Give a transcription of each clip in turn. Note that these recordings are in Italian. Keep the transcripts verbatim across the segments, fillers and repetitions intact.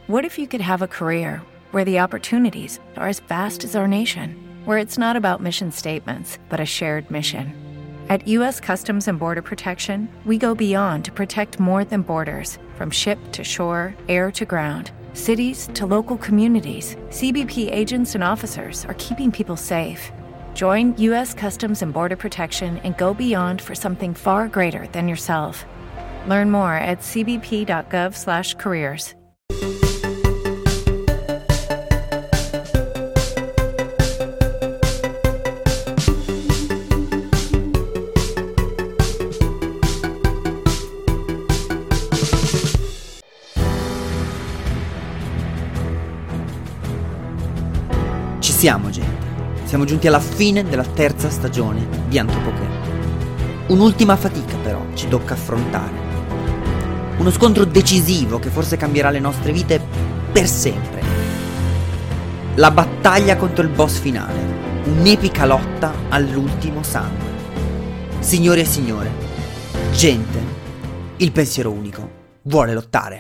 What if you could have a career where the opportunities are as vast as our nation, where it's not about mission statements, but a shared mission? At U S Customs and Border Protection, we go beyond to protect more than borders. From ship to shore, air to ground, cities to local communities, C B P agents and officers are keeping people safe. Join U S Customs and Border Protection and go beyond for something far greater than yourself. Learn more at c b p dot gov slash careers. Ci siamo, gente. Siamo giunti alla fine della terza stagione di Anthropoché. Un'ultima fatica però ci tocca affrontare. Uno scontro decisivo che forse cambierà le nostre vite per sempre. La battaglia contro il boss finale. Un'epica lotta all'ultimo sangue. Signori e signore, gente, il pensiero unico vuole lottare.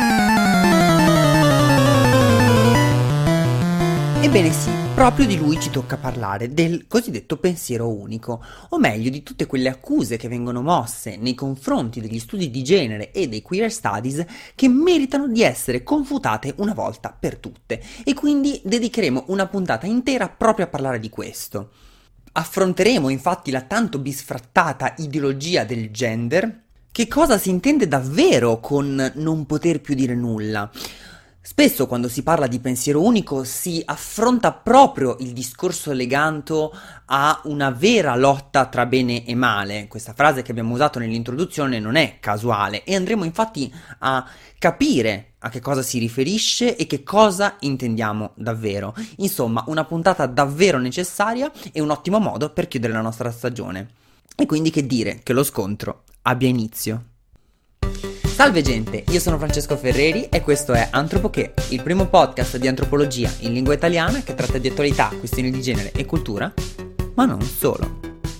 Ebbene sì, proprio di lui ci tocca parlare, del cosiddetto pensiero unico, o meglio di tutte quelle accuse che vengono mosse nei confronti degli studi di genere e dei queer studies che meritano di essere confutate una volta per tutte, e quindi dedicheremo una puntata intera proprio a parlare di questo. Affronteremo infatti la tanto bisfrattata ideologia del gender. Che cosa si intende davvero con non poter più dire nulla? Spesso quando si parla di pensiero unico si affronta proprio il discorso legato a una vera lotta tra bene e male. Questa frase che abbiamo usato nell'introduzione non è casuale e andremo infatti a capire a che cosa si riferisce e che cosa intendiamo davvero. Insomma, una puntata davvero necessaria e un ottimo modo per chiudere la nostra stagione. E quindi che dire che lo scontro abbia inizio. Salve gente, io sono Francesco Ferreri e questo è Anthropoché, il primo podcast di antropologia in lingua italiana che tratta di attualità, questioni di genere e cultura, ma non solo.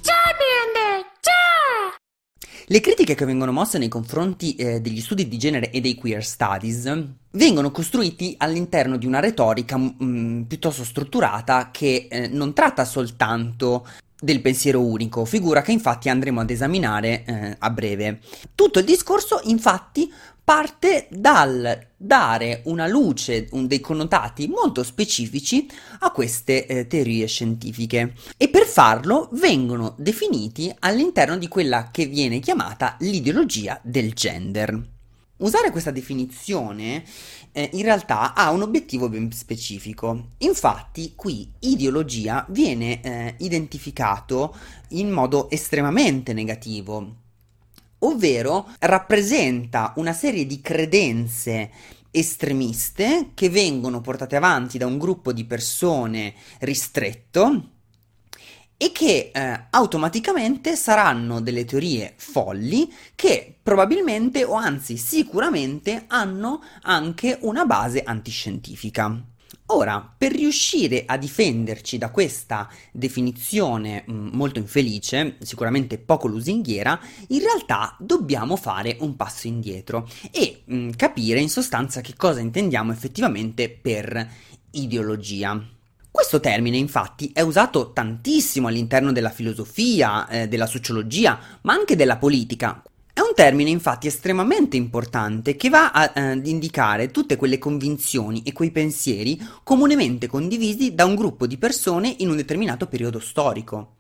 Le critiche che vengono mosse nei confronti eh, degli studi di genere e dei queer studies vengono costruiti all'interno di una retorica mh, piuttosto strutturata che eh, non tratta soltanto del pensiero unico, figura che infatti andremo ad esaminare eh, a breve. Tutto il discorso infatti parte dal dare una luce, un, dei connotati molto specifici a queste eh, teorie scientifiche, e per farlo vengono definiti all'interno di quella che viene chiamata l'ideologia del gender. Usare questa definizione eh, in realtà ha un obiettivo ben specifico. Infatti qui ideologia viene eh, identificato in modo estremamente negativo, ovvero rappresenta una serie di credenze estremiste che vengono portate avanti da un gruppo di persone ristretto e che eh, automaticamente saranno delle teorie folli che probabilmente o anzi sicuramente hanno anche una base antiscientifica. Ora, per riuscire a difenderci da questa definizione mh, molto infelice, sicuramente poco lusinghiera, in realtà dobbiamo fare un passo indietro e mh, capire in sostanza che cosa intendiamo effettivamente per ideologia. Questo termine infatti è usato tantissimo all'interno della filosofia, eh, della sociologia, ma anche della politica. È un termine infatti estremamente importante che va a, eh, ad indicare tutte quelle convinzioni e quei pensieri comunemente condivisi da un gruppo di persone in un determinato periodo storico.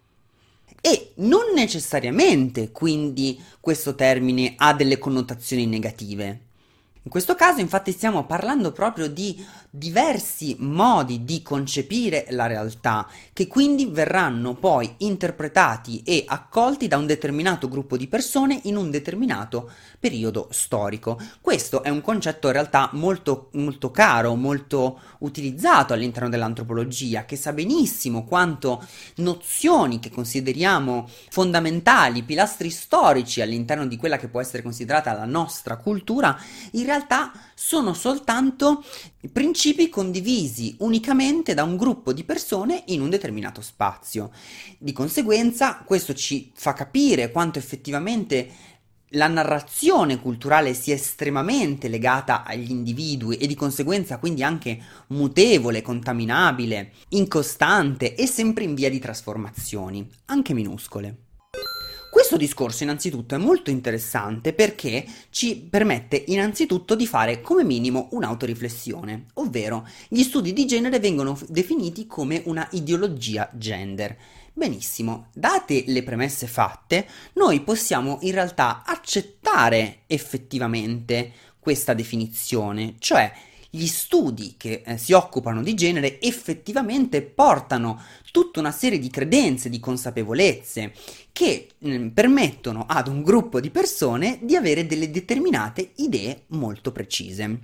E non necessariamente quindi questo termine ha delle connotazioni negative. In questo caso infatti stiamo parlando proprio di diversi modi di concepire la realtà, che quindi verranno poi interpretati e accolti da un determinato gruppo di persone in un determinato periodo storico. Questo è un concetto in realtà molto, molto caro, molto utilizzato all'interno dell'antropologia, che sa benissimo quanto nozioni che consideriamo fondamentali, pilastri storici all'interno di quella che può essere considerata la nostra cultura, in realtà sono soltanto principi condivisi unicamente da un gruppo di persone in un determinato spazio. Di conseguenza, questo ci fa capire quanto effettivamente la narrazione culturale sia estremamente legata agli individui e di conseguenza quindi anche mutevole, contaminabile, incostante e sempre in via di trasformazioni, anche minuscole. Questo discorso innanzitutto è molto interessante perché ci permette innanzitutto di fare come minimo un'autoriflessione, ovvero gli studi di genere vengono definiti come una ideologia gender. Benissimo, date le premesse fatte, noi possiamo in realtà accettare effettivamente questa definizione, cioè gli studi che eh, si occupano di genere effettivamente portano tutta una serie di credenze, di consapevolezze che mh, permettono ad un gruppo di persone di avere delle determinate idee molto precise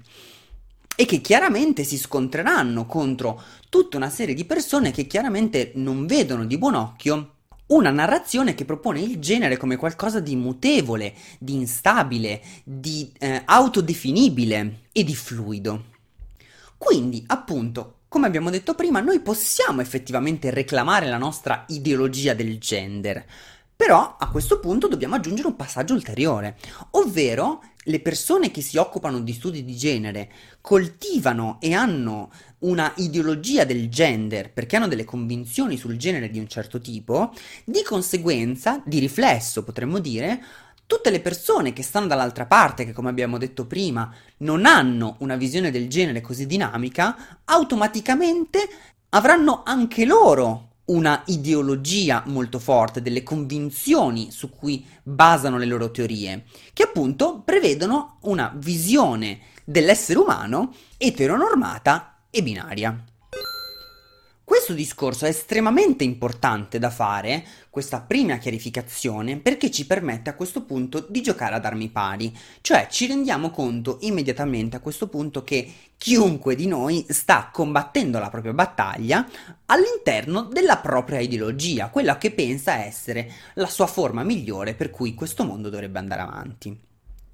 e che chiaramente si scontreranno contro tutta una serie di persone che chiaramente non vedono di buon occhio una narrazione che propone il genere come qualcosa di mutevole, di instabile, di eh, autodefinibile e di fluido. Quindi, appunto, come abbiamo detto prima, noi possiamo effettivamente reclamare la nostra ideologia del gender, però a questo punto dobbiamo aggiungere un passaggio ulteriore, ovvero le persone che si occupano di studi di genere coltivano e hanno una ideologia del gender perché hanno delle convinzioni sul genere di un certo tipo, di conseguenza, di riflesso potremmo dire, tutte le persone che stanno dall'altra parte, che come abbiamo detto prima non hanno una visione del genere così dinamica, automaticamente avranno anche loro una ideologia molto forte, delle convinzioni su cui basano le loro teorie, che appunto prevedono una visione dell'essere umano eteronormata e binaria. Questo discorso è estremamente importante da fare, questa prima chiarificazione, perché ci permette a questo punto di giocare ad armi pari, cioè ci rendiamo conto immediatamente a questo punto che chiunque di noi sta combattendo la propria battaglia all'interno della propria ideologia, quella che pensa essere la sua forma migliore per cui questo mondo dovrebbe andare avanti.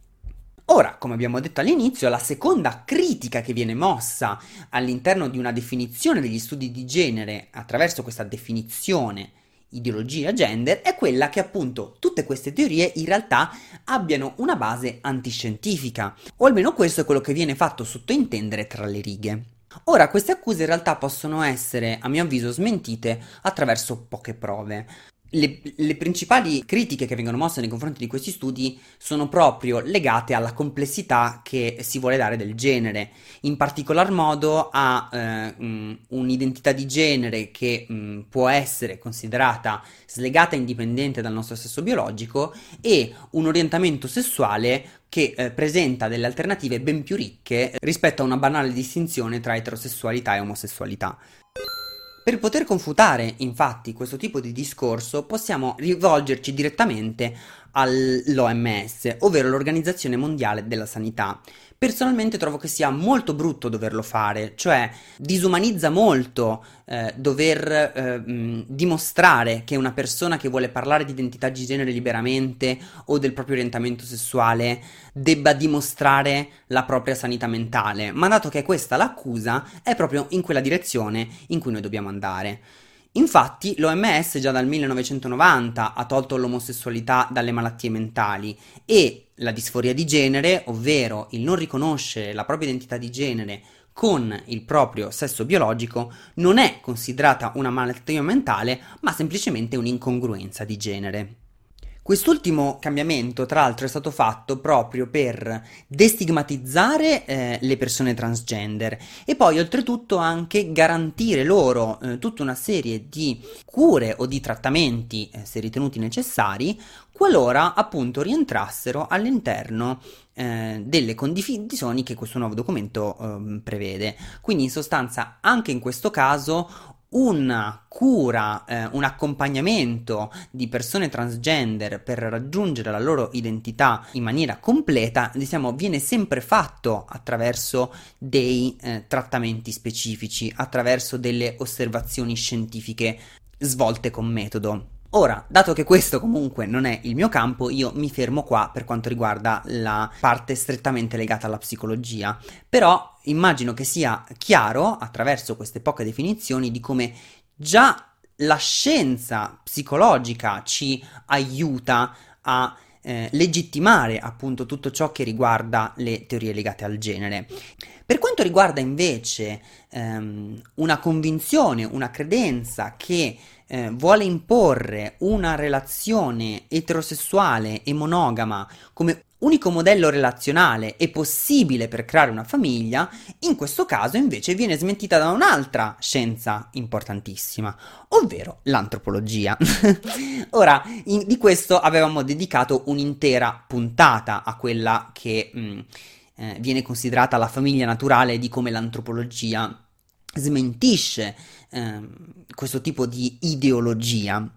Ora, come abbiamo detto all'inizio, la seconda critica che viene mossa all'interno di una definizione degli studi di genere attraverso questa definizione ideologia gender è quella che appunto tutte queste teorie in realtà abbiano una base antiscientifica, o almeno questo è quello che viene fatto sottointendere tra le righe. Ora, queste accuse in realtà possono essere, a mio avviso, smentite attraverso poche prove. Le, le principali critiche che vengono mosse nei confronti di questi studi sono proprio legate alla complessità che si vuole dare del genere, in particolar modo a eh, mh, un'identità di genere che mh, può essere considerata slegata e indipendente dal nostro sesso biologico e un orientamento sessuale che eh, presenta delle alternative ben più ricche rispetto a una banale distinzione tra eterosessualità e omosessualità. Per poter confutare, infatti, questo tipo di discorso, possiamo rivolgerci direttamente all'O M S, ovvero l'Organizzazione Mondiale della Sanità. Personalmente trovo che sia molto brutto doverlo fare, cioè disumanizza molto eh, dover eh, mh, dimostrare che una persona che vuole parlare di identità di genere liberamente o del proprio orientamento sessuale debba dimostrare la propria sanità mentale, ma dato che è questa l'accusa, è proprio in quella direzione in cui noi dobbiamo andare. Infatti l'O M S già dal millenovecentonovanta ha tolto l'omosessualità dalle malattie mentali e la disforia di genere, ovvero il non riconoscere la propria identità di genere con il proprio sesso biologico, non è considerata una malattia mentale, ma semplicemente un'incongruenza di genere. Quest'ultimo cambiamento, tra l'altro, è stato fatto proprio per destigmatizzare eh, le persone transgender e poi oltretutto anche garantire loro eh, tutta una serie di cure o di trattamenti, eh, se ritenuti necessari, qualora appunto rientrassero all'interno eh, delle condizioni che questo nuovo documento eh, prevede. Quindi in sostanza anche in questo caso una cura, eh, un accompagnamento di persone transgender per raggiungere la loro identità in maniera completa, diciamo, viene sempre fatto attraverso dei eh, trattamenti specifici, attraverso delle osservazioni scientifiche svolte con metodo. Ora, dato che questo comunque non è il mio campo, io mi fermo qua per quanto riguarda la parte strettamente legata alla psicologia, però immagino che sia chiaro, attraverso queste poche definizioni, di come già la scienza psicologica ci aiuta a eh, legittimare appunto tutto ciò che riguarda le teorie legate al genere. Per quanto riguarda invece ehm, una convinzione, una credenza che eh, vuole imporre una relazione eterosessuale e monogama come unico modello relazionale e possibile per creare una famiglia, in questo caso invece viene smentita da un'altra scienza importantissima, ovvero l'antropologia. Ora, in, di questo avevamo dedicato un'intera puntata a quella che mh, eh, viene considerata la famiglia naturale, di come l'antropologia smentisce eh, questo tipo di ideologia.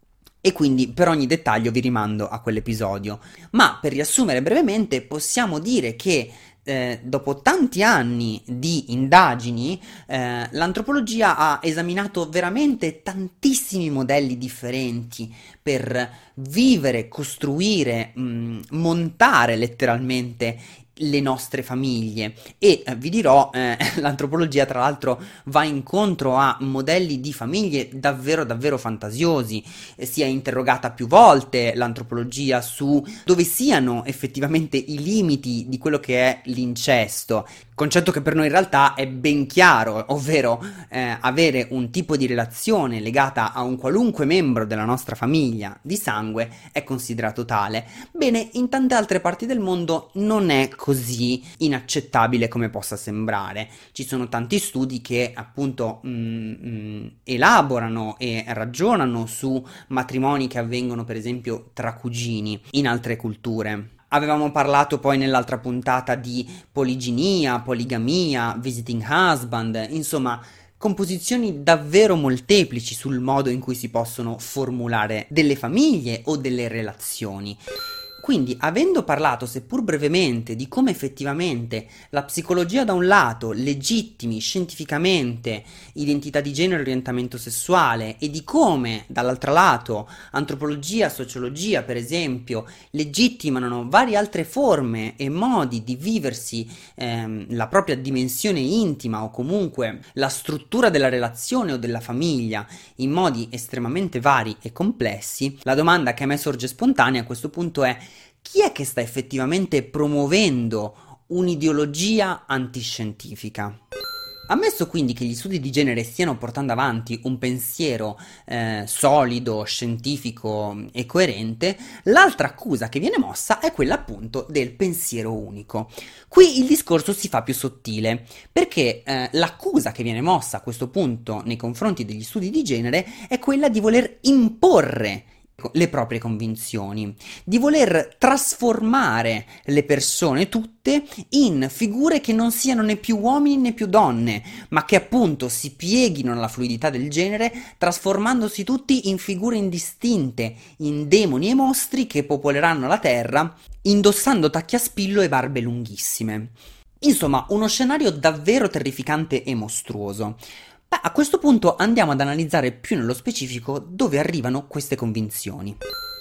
E quindi per ogni dettaglio vi rimando a quell'episodio. Ma per riassumere brevemente possiamo dire che eh, dopo tanti anni di indagini eh, l'antropologia ha esaminato veramente tantissimi modelli differenti per vivere, costruire, mh, montare letteralmente le nostre famiglie e eh, vi dirò eh, l'antropologia tra l'altro va incontro a modelli di famiglie davvero davvero fantasiosi. Eh, si è interrogata più volte l'antropologia su dove siano effettivamente i limiti di quello che è l'incesto, concetto che per noi in realtà è ben chiaro, ovvero eh, avere un tipo di relazione legata a un qualunque membro della nostra famiglia di sangue è considerato tale. Bene, in tante altre parti del mondo non è così inaccettabile come possa sembrare. Ci sono tanti studi che appunto mm, mm, elaborano e ragionano su matrimoni che avvengono per esempio tra cugini in altre culture. Avevamo parlato poi nell'altra puntata di poliginia, poligamia, visiting husband, insomma composizioni davvero molteplici sul modo in cui si possono formulare delle famiglie o delle relazioni. Quindi, avendo parlato, seppur brevemente, di come effettivamente la psicologia da un lato legittimi scientificamente identità di genere e orientamento sessuale e di come dall'altro lato antropologia, sociologia per esempio legittimano varie altre forme e modi di viversi ehm, la propria dimensione intima o comunque la struttura della relazione o della famiglia in modi estremamente vari e complessi, la domanda che a me sorge spontanea a questo punto è: chi è che sta effettivamente promuovendo un'ideologia antiscientifica? Ammesso quindi che gli studi di genere stiano portando avanti un pensiero eh, solido, scientifico e coerente, l'altra accusa che viene mossa è quella appunto del pensiero unico. Qui il discorso si fa più sottile, perché eh, l'accusa che viene mossa a questo punto nei confronti degli studi di genere è quella di voler imporre le proprie convinzioni, di voler trasformare le persone tutte in figure che non siano né più uomini né più donne, ma che appunto si pieghino alla fluidità del genere, trasformandosi tutti in figure indistinte, in demoni e mostri che popoleranno la terra, indossando tacchi a spillo e barbe lunghissime. Insomma, uno scenario davvero terrificante e mostruoso. Beh, a questo punto andiamo ad analizzare più nello specifico dove arrivano queste convinzioni.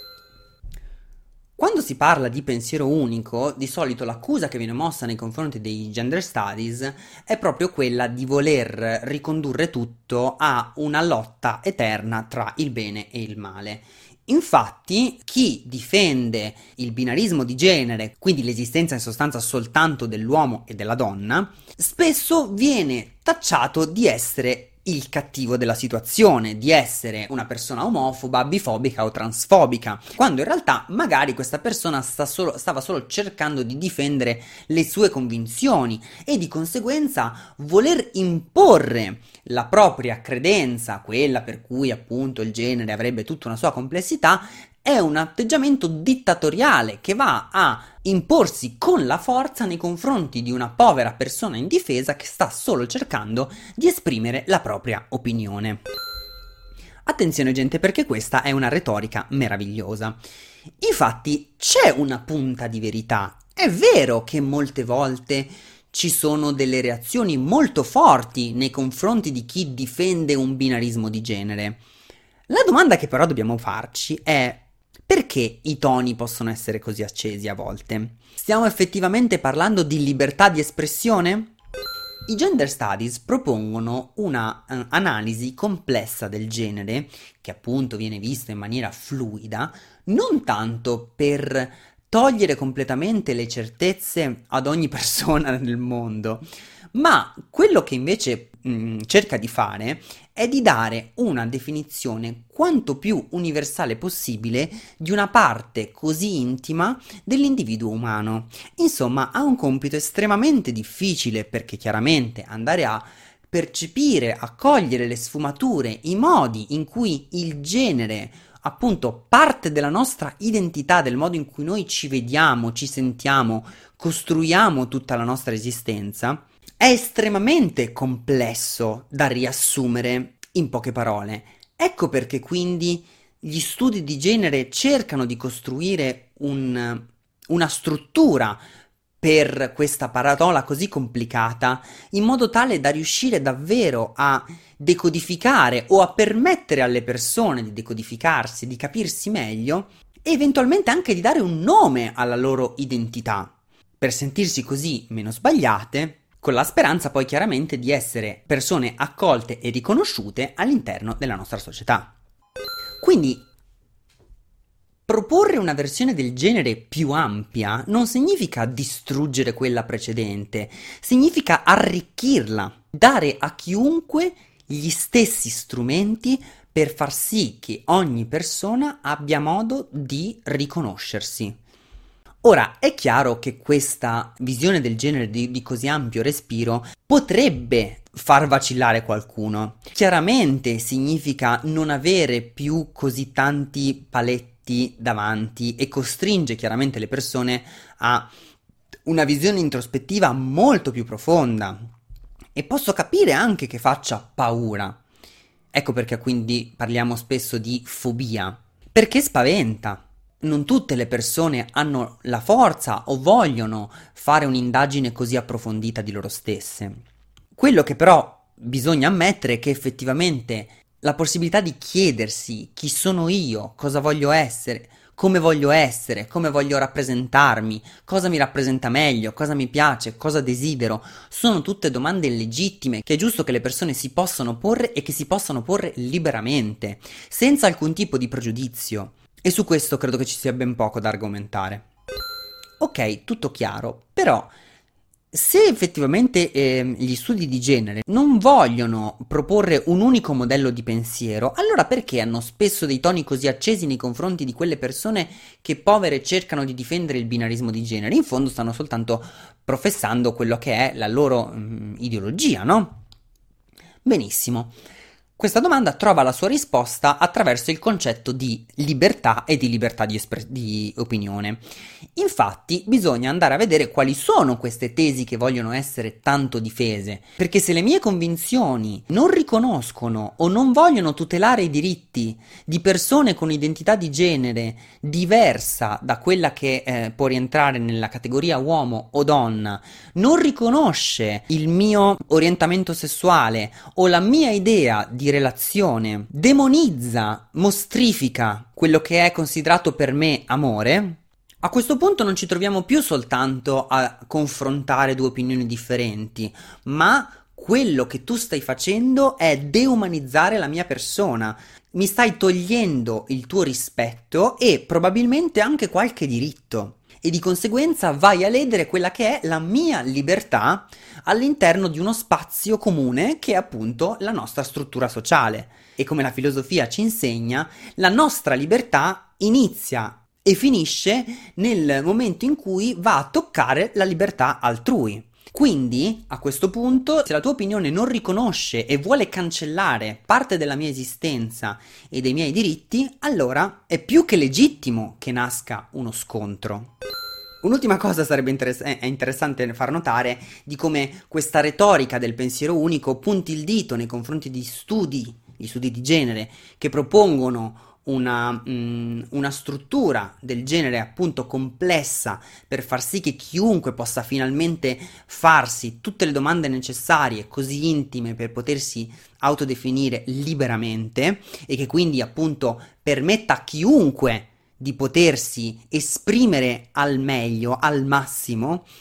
Quando si parla di pensiero unico, di solito l'accusa che viene mossa nei confronti dei gender studies è proprio quella di voler ricondurre tutto a una lotta eterna tra il bene e il male. Infatti, chi difende il binarismo di genere, quindi l'esistenza in sostanza soltanto dell'uomo e della donna, spesso viene tacciato di essere il cattivo della situazione, di essere una persona omofoba, bifobica o transfobica, quando in realtà magari questa persona sta solo, stava solo cercando di difendere le sue convinzioni e di conseguenza voler imporre la propria credenza, quella per cui appunto il genere avrebbe tutta una sua complessità, è un atteggiamento dittatoriale che va a imporsi con la forza nei confronti di una povera persona indifesa che sta solo cercando di esprimere la propria opinione. Attenzione gente, perché questa è una retorica meravigliosa. Infatti c'è una punta di verità. È vero che molte volte ci sono delle reazioni molto forti nei confronti di chi difende un binarismo di genere. La domanda che però dobbiamo farci è: perché i toni possono essere così accesi a volte? Stiamo effettivamente parlando di libertà di espressione? I gender studies propongono una uh, analisi complessa del genere, che appunto viene vista in maniera fluida, non tanto per togliere completamente le certezze ad ogni persona nel mondo, ma quello che invece mh, cerca di fare è di dare una definizione quanto più universale possibile di una parte così intima dell'individuo umano. Insomma, ha un compito estremamente difficile, perché chiaramente andare a percepire, a cogliere le sfumature, i modi in cui il genere, appunto, parte della nostra identità, del modo in cui noi ci vediamo, ci sentiamo, costruiamo tutta la nostra esistenza, è estremamente complesso da riassumere in poche parole. Ecco perché quindi gli studi di genere cercano di costruire un, una struttura per questa parola così complicata, in modo tale da riuscire davvero a decodificare o a permettere alle persone di decodificarsi, di capirsi meglio e eventualmente anche di dare un nome alla loro identità, per sentirsi così meno sbagliate, con la speranza poi chiaramente di essere persone accolte e riconosciute all'interno della nostra società. Quindi proporre una versione del genere più ampia non significa distruggere quella precedente, significa arricchirla, dare a chiunque gli stessi strumenti per far sì che ogni persona abbia modo di riconoscersi. Ora, è chiaro che questa visione del genere di, di così ampio respiro potrebbe far vacillare qualcuno. Chiaramente significa non avere più così tanti paletti davanti e costringe chiaramente le persone a una visione introspettiva molto più profonda. E posso capire anche che faccia paura. Ecco perché quindi parliamo spesso di fobia, perché spaventa. Non tutte le persone hanno la forza o vogliono fare un'indagine così approfondita di loro stesse. Quello che però bisogna ammettere è che effettivamente la possibilità di chiedersi chi sono io, cosa voglio essere, come voglio essere, come voglio rappresentarmi, cosa mi rappresenta meglio, cosa mi piace, cosa desidero, sono tutte domande legittime che è giusto che le persone si possano porre e che si possano porre liberamente, senza alcun tipo di pregiudizio. E su questo credo che ci sia ben poco da argomentare. Ok, tutto chiaro, però se effettivamente eh, gli studi di genere non vogliono proporre un unico modello di pensiero, allora perché hanno spesso dei toni così accesi nei confronti di quelle persone che povere cercano di difendere il binarismo di genere? In fondo stanno soltanto professando quello che è la loro mh, ideologia, no? Benissimo. Questa domanda trova la sua risposta attraverso il concetto di libertà e di libertà di, espre- di opinione. Infatti, bisogna andare a vedere quali sono queste tesi che vogliono essere tanto difese, perché se le mie convinzioni non riconoscono o non vogliono tutelare i diritti di persone con identità di genere diversa da quella che eh, può rientrare nella categoria uomo o donna, non riconosce il mio orientamento sessuale o la mia idea di relazione, demonizza, mostrifica quello che è considerato per me amore, a questo punto non ci troviamo più soltanto a confrontare due opinioni differenti, ma quello che tu stai facendo è deumanizzare la mia persona. Mi stai togliendo il tuo rispetto e probabilmente anche qualche diritto. E di conseguenza vai a ledere quella che è la mia libertà all'interno di uno spazio comune che è appunto la nostra struttura sociale. E come la filosofia ci insegna, la nostra libertà inizia e finisce nel momento in cui va a toccare la libertà altrui. Quindi, a questo punto, se la tua opinione non riconosce e vuole cancellare parte della mia esistenza e dei miei diritti, allora è più che legittimo che nasca uno scontro. Un'ultima cosa sarebbe interess- è interessante far notare di come questa retorica del pensiero unico punti il dito nei confronti di studi, gli studi di genere, che propongono Una, mh, una struttura del genere appunto complessa per far sì che chiunque possa finalmente farsi tutte le domande necessarie così intime per potersi autodefinire liberamente e che quindi appunto permetta a chiunque di potersi esprimere al meglio, al massimo.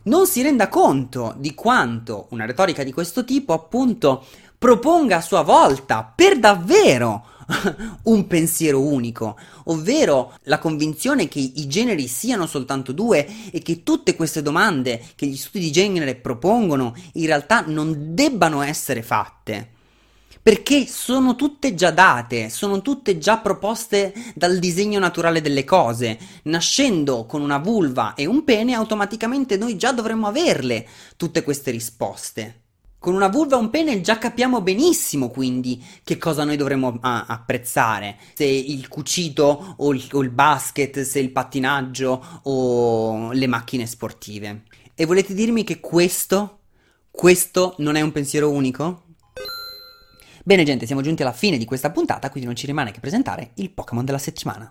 non si renda conto di quanto una retorica di questo tipo appunto proponga a sua volta per davvero un pensiero unico, ovvero la convinzione che i generi siano soltanto due e che tutte queste domande che gli studi di genere propongono in realtà non debbano essere fatte. Perché sono tutte già date, sono tutte già proposte dal disegno naturale delle cose. Nascendo con una vulva e un pene, automaticamente noi già dovremmo averle tutte queste risposte. Con una vulva e un pene già capiamo benissimo quindi che cosa noi dovremmo a- apprezzare. Se il cucito o il, o il basket, se il pattinaggio o le macchine sportive. E volete dirmi che questo, questo non è un pensiero unico? Bene gente, siamo giunti alla fine di questa puntata, quindi non ci rimane che presentare il Pokémon della settimana.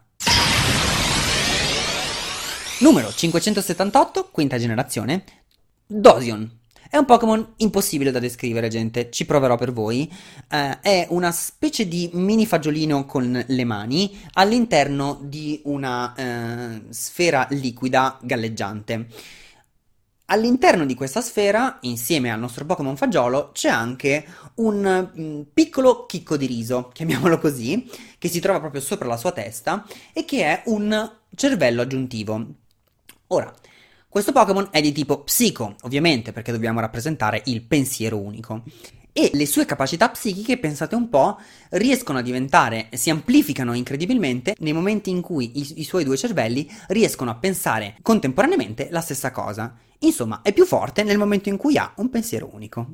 Numero cinquecentosettantotto, quinta generazione, Dosion. È un Pokémon impossibile da descrivere, gente, ci proverò per voi. Uh, è una specie di mini fagiolino con le mani all'interno di una uh, sfera liquida galleggiante. All'interno di questa sfera, insieme al nostro Pokémon fagiolo, c'è anche un mm, piccolo chicco di riso, chiamiamolo così, che si trova proprio sopra la sua testa e che è un cervello aggiuntivo. Ora, questo Pokémon è di tipo psico, ovviamente, perché dobbiamo rappresentare il pensiero unico. E le sue capacità psichiche, pensate un po', riescono a diventare, si amplificano incredibilmente nei momenti in cui i, i suoi due cervelli riescono a pensare contemporaneamente la stessa cosa. Insomma, è più forte nel momento in cui ha un pensiero unico.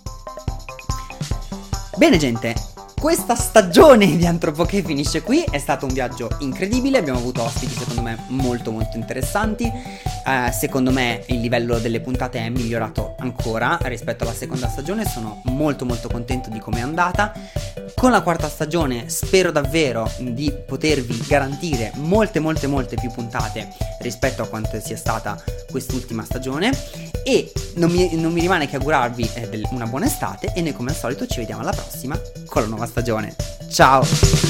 Bene gente, questa stagione di Antropoché finisce qui, è stato un viaggio incredibile, abbiamo avuto ospiti secondo me molto molto interessanti, eh, secondo me il livello delle puntate è migliorato ancora rispetto alla seconda stagione, sono molto molto contento di come è andata. Con la quarta stagione spero davvero di potervi garantire molte molte molte più puntate rispetto a quanto sia stata quest'ultima stagione e non mi, non mi rimane che augurarvi eh, del, una buona estate e noi come al solito ci vediamo alla prossima con la nuova stagione. Ciao!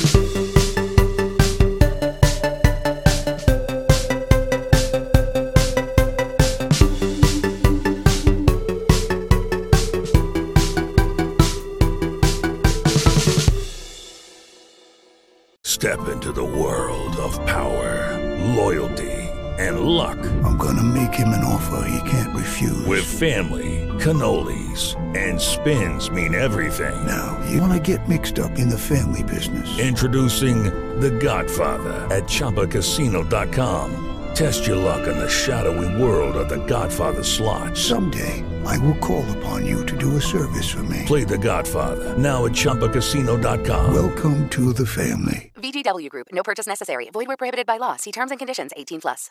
Step into the world of power, loyalty, and luck. I'm gonna make him an offer he can't refuse. With family, cannolis, and spins mean everything. Now, you wanna get mixed up in the family business. Introducing The Godfather at Chumba Casino dot com. Test your luck in the shadowy world of The Godfather slot. Someday, I will call upon you to do a service for me. Play The Godfather, now at Chumba Casino dot com. Welcome to the family. V G W Group. No purchase necessary. Void where prohibited by law. See terms and conditions. eighteen plus.